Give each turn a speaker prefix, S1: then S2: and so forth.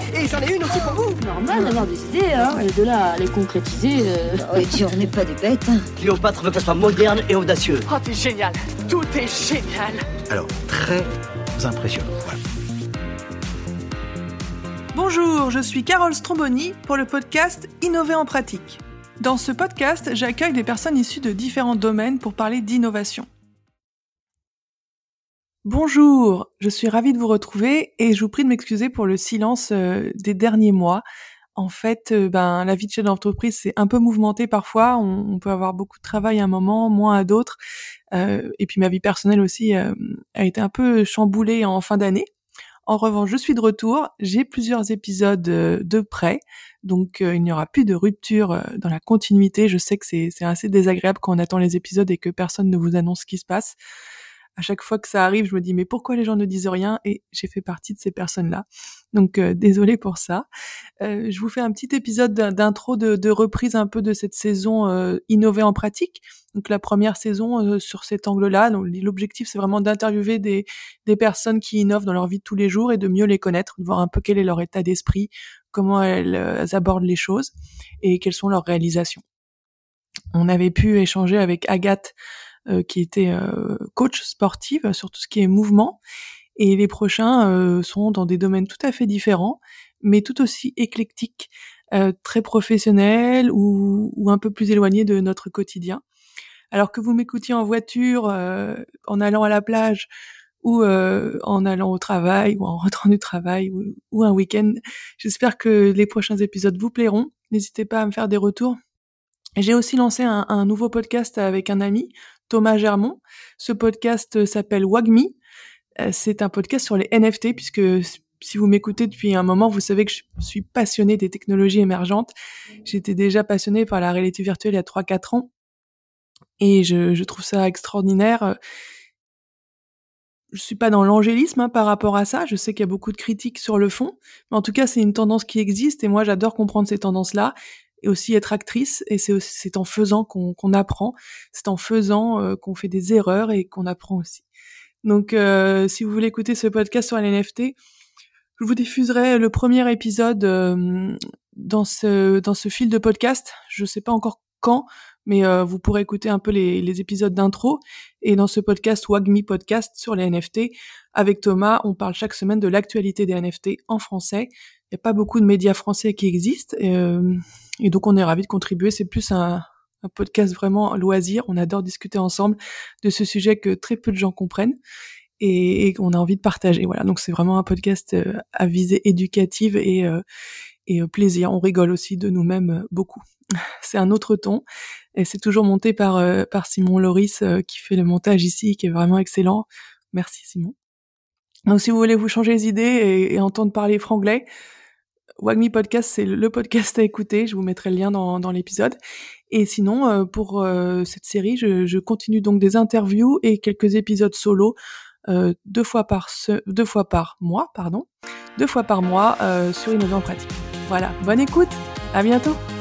S1: Et j'en ai une aussi pour vous.
S2: Normal d'avoir des idées, hein, et de là à les concrétiser.
S3: Et puis on n'est pas des bêtes. Hein.
S1: Cléopâtre veut qu'elle soit moderne et audacieuse.
S4: Oh, t'es génial. Tout est génial.
S5: Alors, très impressionnant. Voilà.
S6: Bonjour, je suis Carole Stromboni pour le podcast Innover en pratique. Dans ce podcast, j'accueille des personnes issues de différents domaines pour parler d'innovation. Bonjour, je suis ravie de vous retrouver et je vous prie de m'excuser pour le silence des derniers mois. En fait, la vie de chef d'entreprise, c'est un peu mouvementé parfois. On peut avoir beaucoup de travail à un moment, moins à d'autres. Et puis ma vie personnelle aussi a été un peu chamboulée en fin d'année. En revanche, je suis de retour. J'ai plusieurs épisodes de prêt. Donc, il n'y aura plus de rupture dans la continuité. Je sais que c'est assez désagréable quand on attend les épisodes et que personne ne vous annonce ce qui se passe. À chaque fois que ça arrive, je me dis mais pourquoi les gens ne disent rien, et j'ai fait partie de ces personnes-là. Donc désolée pour ça. Je vous fais un petit épisode d'intro de reprise un peu de cette saison Innover en pratique. Donc la première saison sur cet angle-là. Donc l'objectif c'est vraiment d'interviewer des personnes qui innovent dans leur vie de tous les jours et de mieux les connaître, de voir un peu quel est leur état d'esprit, comment elles abordent les choses et quelles sont leurs réalisations. On avait pu échanger avec Agathe qui était coach sportive sur tout ce qui est mouvement, et les prochains sont dans des domaines tout à fait différents, mais tout aussi éclectiques, très professionnels ou un peu plus éloignés de notre quotidien. Alors que vous m'écoutiez en voiture, en allant à la plage, ou en allant au travail, ou en rentrant du travail, ou un week-end, j'espère que les prochains épisodes vous plairont. N'hésitez pas à me faire des retours. J'ai aussi lancé un nouveau podcast avec un ami, Thomas Germont. Ce podcast s'appelle WAGME. C'est un podcast sur les NFT, puisque si vous m'écoutez depuis un moment, vous savez que je suis passionnée des technologies émergentes. J'étais déjà passionnée par la réalité virtuelle il y a 3-4 ans. Et je trouve ça extraordinaire. Je suis pas dans l'angélisme par rapport à ça. Je sais qu'il y a beaucoup de critiques sur le fond. Mais en tout cas, c'est une tendance qui existe. Et moi, j'adore comprendre ces tendances-là. Et aussi être actrice, et c'est en faisant qu'on apprend, c'est en faisant qu'on fait des erreurs et qu'on apprend aussi. Donc si vous voulez écouter ce podcast sur les NFT, je vous diffuserai le premier épisode dans ce fil de podcast. Je sais pas encore quand, mais vous pourrez écouter un peu les épisodes d'intro. Et dans ce podcast WAGME Podcast sur les NFT, avec Thomas, on parle chaque semaine de l'actualité des NFT en français. Il n'y a pas beaucoup de médias français qui existent, et donc on est ravis de contribuer. C'est plus un podcast vraiment loisir. On adore discuter ensemble de ce sujet que très peu de gens comprennent et qu'on a envie de partager. Voilà, donc c'est vraiment un podcast à visée éducative et plaisir. On rigole aussi de nous-mêmes beaucoup. C'est un autre ton, et c'est toujours monté par Simon Loris qui fait le montage ici, qui est vraiment excellent. Merci Simon. Donc si vous voulez vous changer les idées et entendre parler franglais, WAGME Podcast, c'est le podcast à écouter. Je vous mettrai le lien dans l'épisode. Et sinon, pour cette série, je continue donc des interviews et quelques épisodes solo, 2 fois par mois sur Innover en pratique. Voilà, bonne écoute, à bientôt.